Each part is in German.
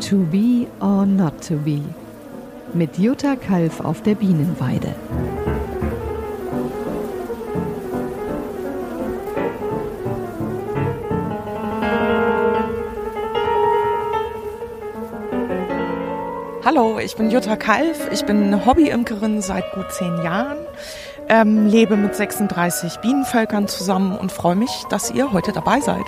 To be or not to be. Mit Jutta Kalf auf der Bienenweide. Hallo, ich bin Jutta Kalf, ich bin Hobbyimkerin seit gut 10 Jahren, lebe mit 36 Bienenvölkern zusammen und freue mich, dass ihr heute dabei seid.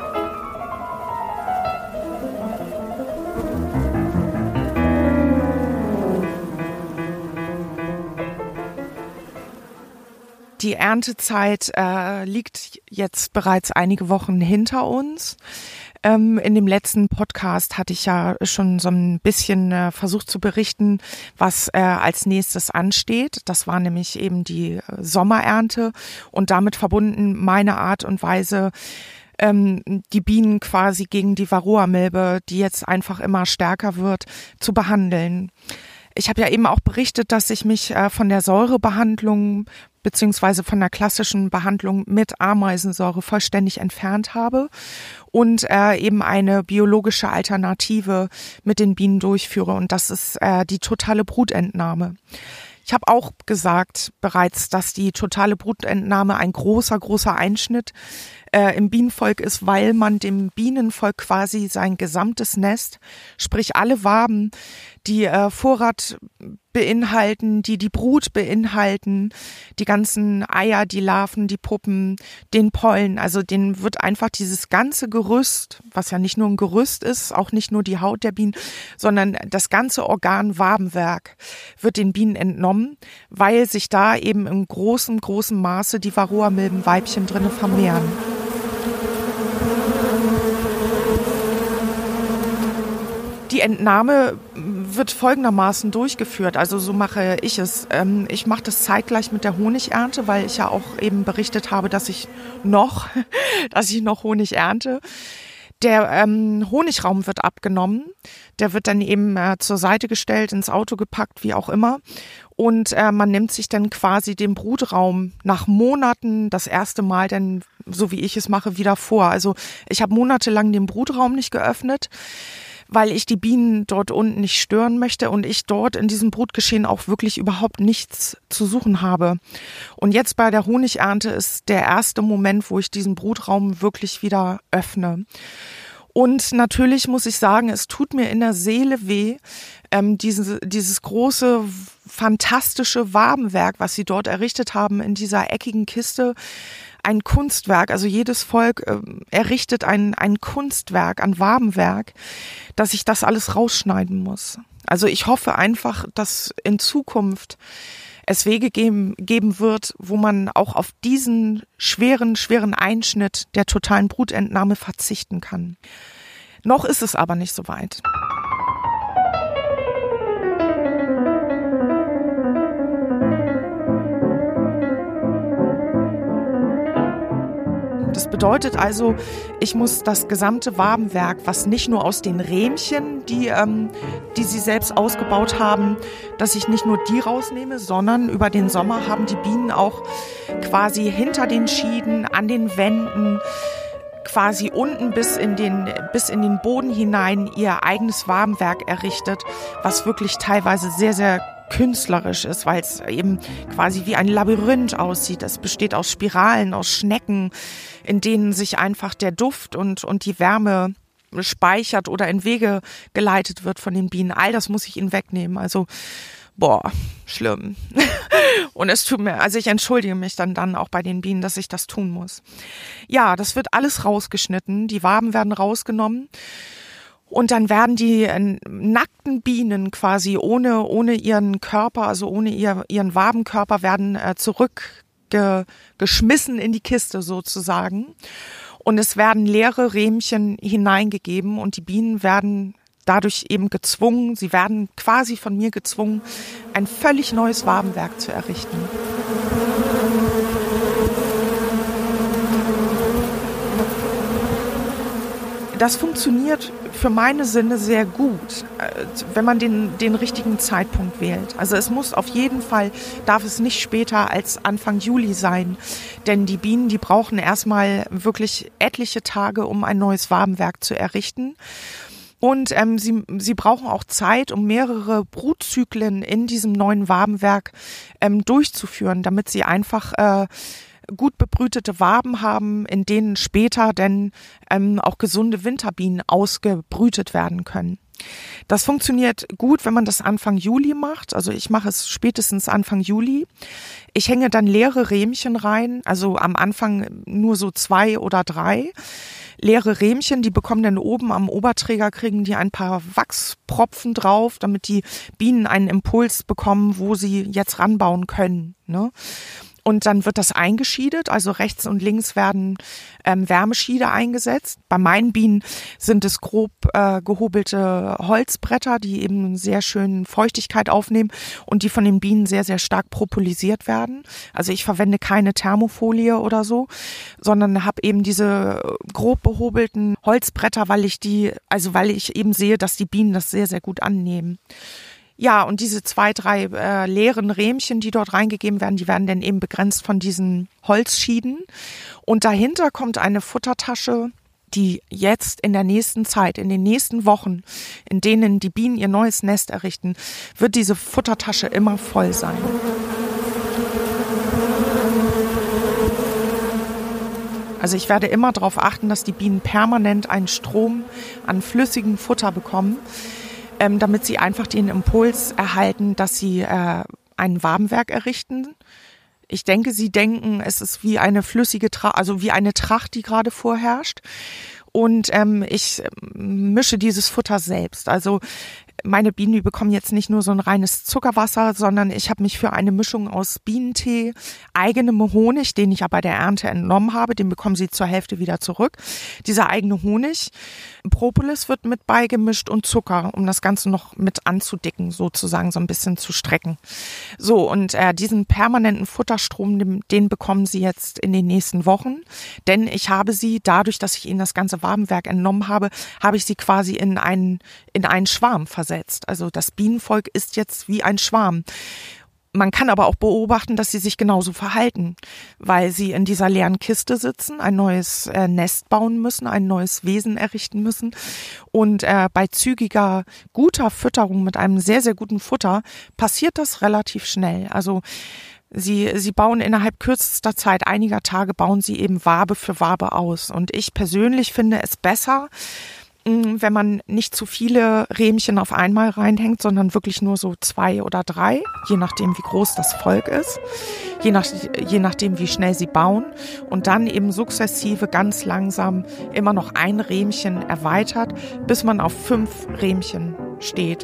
Die Erntezeit liegt jetzt bereits einige Wochen hinter uns. In dem letzten Podcast hatte ich ja schon so ein bisschen versucht zu berichten, was als nächstes ansteht. Das war nämlich eben die Sommerernte und damit verbunden meine Art und Weise, die Bienen quasi gegen die Varroamilbe, die jetzt einfach immer stärker wird, zu behandeln. Ich habe ja eben auch berichtet, dass ich mich von der Säurebehandlung beziehungsweise von der klassischen Behandlung mit Ameisensäure vollständig entfernt habe und eben eine biologische Alternative mit den Bienen durchführe. Und das ist die totale Brutentnahme. Ich habe auch gesagt bereits, dass die totale Brutentnahme ein großer Einschnitt im Bienenvolk ist, weil man dem Bienenvolk quasi sein gesamtes Nest, sprich alle Waben, die Vorrat beinhalten, die Brut beinhalten, die ganzen Eier, die Larven, die Puppen, den Pollen, also denen wird einfach dieses ganze Gerüst, was ja nicht nur ein Gerüst ist, auch nicht nur die Haut der Bienen, sondern das ganze Organ Wabenwerk wird den Bienen entnommen, weil sich da eben im großen Maße die Varroamilbenweibchen drinne vermehren. Die Entnahme wird folgendermaßen durchgeführt, also so mache ich es. Ich mache das zeitgleich mit der Honigernte, weil ich ja auch eben berichtet habe, dass ich noch Honig ernte. Der Honigraum wird abgenommen, der wird dann eben zur Seite gestellt, ins Auto gepackt, wie auch immer. Und man nimmt sich dann quasi den Brutraum nach Monaten das erste Mal dann, so wie ich es mache, wieder vor. Also ich habe monatelang den Brutraum nicht geöffnet, weil ich die Bienen dort unten nicht stören möchte und ich dort in diesem Brutgeschehen auch wirklich überhaupt nichts zu suchen habe. Und jetzt bei der Honigernte ist der erste Moment, wo ich diesen Brutraum wirklich wieder öffne. Und natürlich muss ich sagen, es tut mir in der Seele weh, dieses große, fantastische Wabenwerk, was sie dort errichtet haben in dieser eckigen Kiste, ein Kunstwerk, also jedes Volk errichtet ein Kunstwerk, ein Wabenwerk, dass ich das alles rausschneiden muss. Also ich hoffe einfach, dass in Zukunft es Wege geben wird, wo man auch auf diesen schweren Einschnitt der totalen Brutentnahme verzichten kann. Noch ist es aber nicht so weit. Das bedeutet also, ich muss das gesamte Wabenwerk, was nicht nur aus den Rähmchen, die sie selbst ausgebaut haben, dass ich nicht nur die rausnehme, sondern über den Sommer haben die Bienen auch quasi hinter den Schieden, an den Wänden, quasi unten bis in den Boden hinein ihr eigenes Wabenwerk errichtet, was wirklich teilweise sehr künstlerisch ist, weil es eben quasi wie ein Labyrinth aussieht. Es besteht aus Spiralen, aus Schnecken, in denen sich einfach der Duft und die Wärme speichert oder in Wege geleitet wird von den Bienen. All das muss ich ihnen wegnehmen. Also, schlimm. Und es tut mir, also ich entschuldige mich dann auch bei den Bienen, dass ich das tun muss. Ja, das wird alles rausgeschnitten. Die Waben werden rausgenommen. Und dann werden die nackten Bienen quasi ohne ihren Körper, also ohne ihren Wabenkörper, werden zurückgeschmissen in die Kiste sozusagen. Und es werden leere Rähmchen hineingegeben und die Bienen werden dadurch eben gezwungen, sie werden quasi von mir gezwungen, ein völlig neues Wabenwerk zu errichten. Das funktioniert für meine Sinne sehr gut, wenn man den richtigen Zeitpunkt wählt. Also es muss auf jeden Fall, darf es nicht später als Anfang Juli sein, denn die Bienen, die brauchen erstmal wirklich etliche Tage, um ein neues Wabenwerk zu errichten. Und sie brauchen auch Zeit, um mehrere Brutzyklen in diesem neuen Wabenwerk durchzuführen, damit sie einfach gut bebrütete Waben haben, in denen später dann auch gesunde Winterbienen ausgebrütet werden können. Das funktioniert gut, wenn man das Anfang Juli macht. Also ich mache es spätestens Anfang Juli. Ich hänge dann leere Rähmchen rein, also am Anfang nur so 2 oder 3 leere Rähmchen. Die bekommen dann oben am Oberträger, kriegen die ein paar Wachspropfen drauf, damit die Bienen einen Impuls bekommen, wo sie jetzt ranbauen können, ne? Und dann wird das eingeschiedet, also rechts und links werden Wärmeschiede eingesetzt. Bei meinen Bienen sind es grob gehobelte Holzbretter, die eben sehr schön Feuchtigkeit aufnehmen und die von den Bienen sehr, sehr stark propyllisiert werden. Also ich verwende keine Thermofolie oder so, sondern habe eben diese grob behobelten Holzbretter, weil ich eben sehe, dass die Bienen das sehr, sehr gut annehmen. Ja, und diese 2, 3 leeren Rähmchen, die dort reingegeben werden, die werden dann eben begrenzt von diesen Holzschieden. Und dahinter kommt eine Futtertasche, die jetzt in der nächsten Zeit, in den nächsten Wochen, in denen die Bienen ihr neues Nest errichten, wird diese Futtertasche immer voll sein. Also ich werde immer darauf achten, dass die Bienen permanent einen Strom an flüssigem Futter bekommen, damit sie einfach den Impuls erhalten, dass sie ein Wabenwerk errichten. Ich denke, sie denken, es ist wie eine flüssige Tracht, also wie eine Tracht, die gerade vorherrscht. Und ich mische dieses Futter selbst. Also meine Bienen, die bekommen jetzt nicht nur so ein reines Zuckerwasser, sondern ich habe mich für eine Mischung aus Bienentee, eigenem Honig, den ich ja bei der Ernte entnommen habe, den bekommen sie zur Hälfte wieder zurück. Dieser eigene Honig, Propolis wird mit beigemischt und Zucker, um das Ganze noch mit anzudicken, sozusagen so ein bisschen zu strecken. So, und diesen permanenten Futterstrom, den bekommen sie jetzt in den nächsten Wochen, denn ich habe sie, dadurch, dass ich ihnen das ganze Wabenwerk entnommen habe, habe ich sie quasi in einen Schwarm versetzt. Also das Bienenvolk ist jetzt wie ein Schwarm. Man kann aber auch beobachten, dass sie sich genauso verhalten, weil sie in dieser leeren Kiste sitzen, ein neues Nest bauen müssen, ein neues Wesen errichten müssen. Und bei zügiger, guter Fütterung mit einem sehr, sehr guten Futter passiert das relativ schnell. Also Sie bauen innerhalb kürzester Zeit, einiger Tage, bauen sie eben Wabe für Wabe aus. Und ich persönlich finde es besser, wenn man nicht zu viele Rähmchen auf einmal reinhängt, sondern wirklich nur so 2 oder 3, je nachdem, wie groß das Volk ist, je nachdem, wie schnell sie bauen und dann eben sukzessive ganz langsam immer noch ein Rähmchen erweitert, bis man auf 5 Rähmchen steht.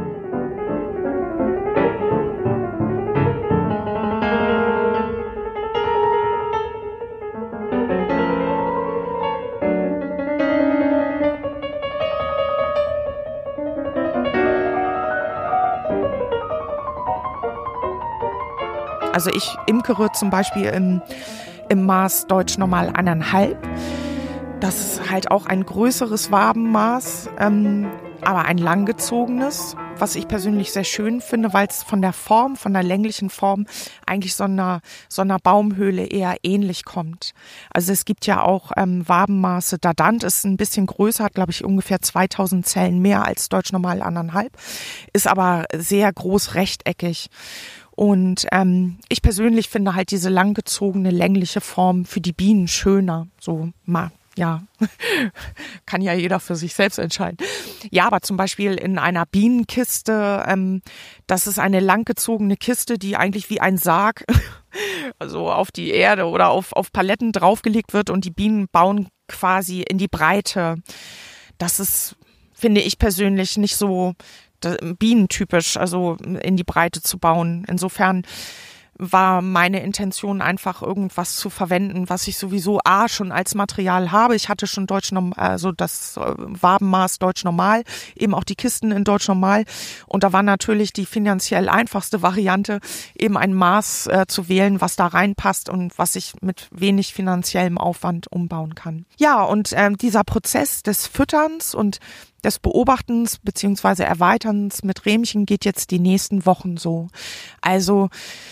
Also ich imkere zum Beispiel im Maß Deutsch Normal 1,5. Das ist halt auch ein größeres Wabenmaß, aber ein langgezogenes, was ich persönlich sehr schön finde, weil es von der Form, von der länglichen Form eigentlich so einer Baumhöhle eher ähnlich kommt. Also es gibt ja auch Wabenmaße, Dadant ist ein bisschen größer, hat glaube ich ungefähr 2000 Zellen mehr als Deutsch Normal 1,5, ist aber sehr groß rechteckig. Und ich persönlich finde halt diese langgezogene, längliche Form für die Bienen schöner. So, ja, kann ja jeder für sich selbst entscheiden. Ja, aber zum Beispiel in einer Bienenkiste, das ist eine langgezogene Kiste, die eigentlich wie ein Sarg also auf die Erde oder auf Paletten draufgelegt wird und die Bienen bauen quasi in die Breite. Das ist, finde ich persönlich, nicht so bienentypisch, also in die Breite zu bauen. Insofern war meine Intention einfach irgendwas zu verwenden, was ich sowieso schon als Material habe. Ich hatte schon also das Wabenmaß Deutsch Normal, eben auch die Kisten in Deutsch Normal. Und da war natürlich die finanziell einfachste Variante, eben ein Maß zu wählen, was da reinpasst und was ich mit wenig finanziellem Aufwand umbauen kann. Ja, und dieser Prozess des Fütterns und des Beobachtens bzw. Erweiterns mit Rähmchen geht jetzt die nächsten Wochen so. Also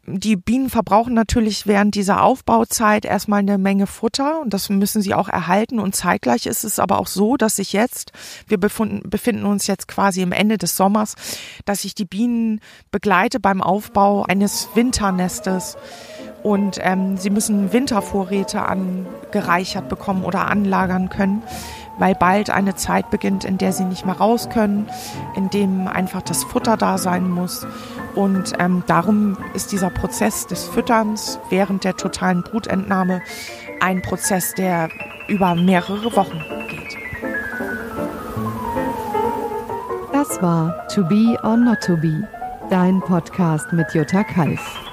die Bienen verbrauchen natürlich während dieser Aufbauzeit erstmal eine Menge Futter und das müssen sie auch erhalten. Und zeitgleich ist es aber auch so, dass wir befinden uns jetzt quasi im Ende des Sommers, dass ich die Bienen begleite beim Aufbau eines Winternestes. Und sie müssen Wintervorräte angereichert bekommen oder anlagern können, weil bald eine Zeit beginnt, in der sie nicht mehr raus können, in dem einfach das Futter da sein muss. Und darum ist dieser Prozess des Fütterns während der totalen Brutentnahme ein Prozess, der über mehrere Wochen geht. Das war To Be or Not to Be, dein Podcast mit Jutta Kalf.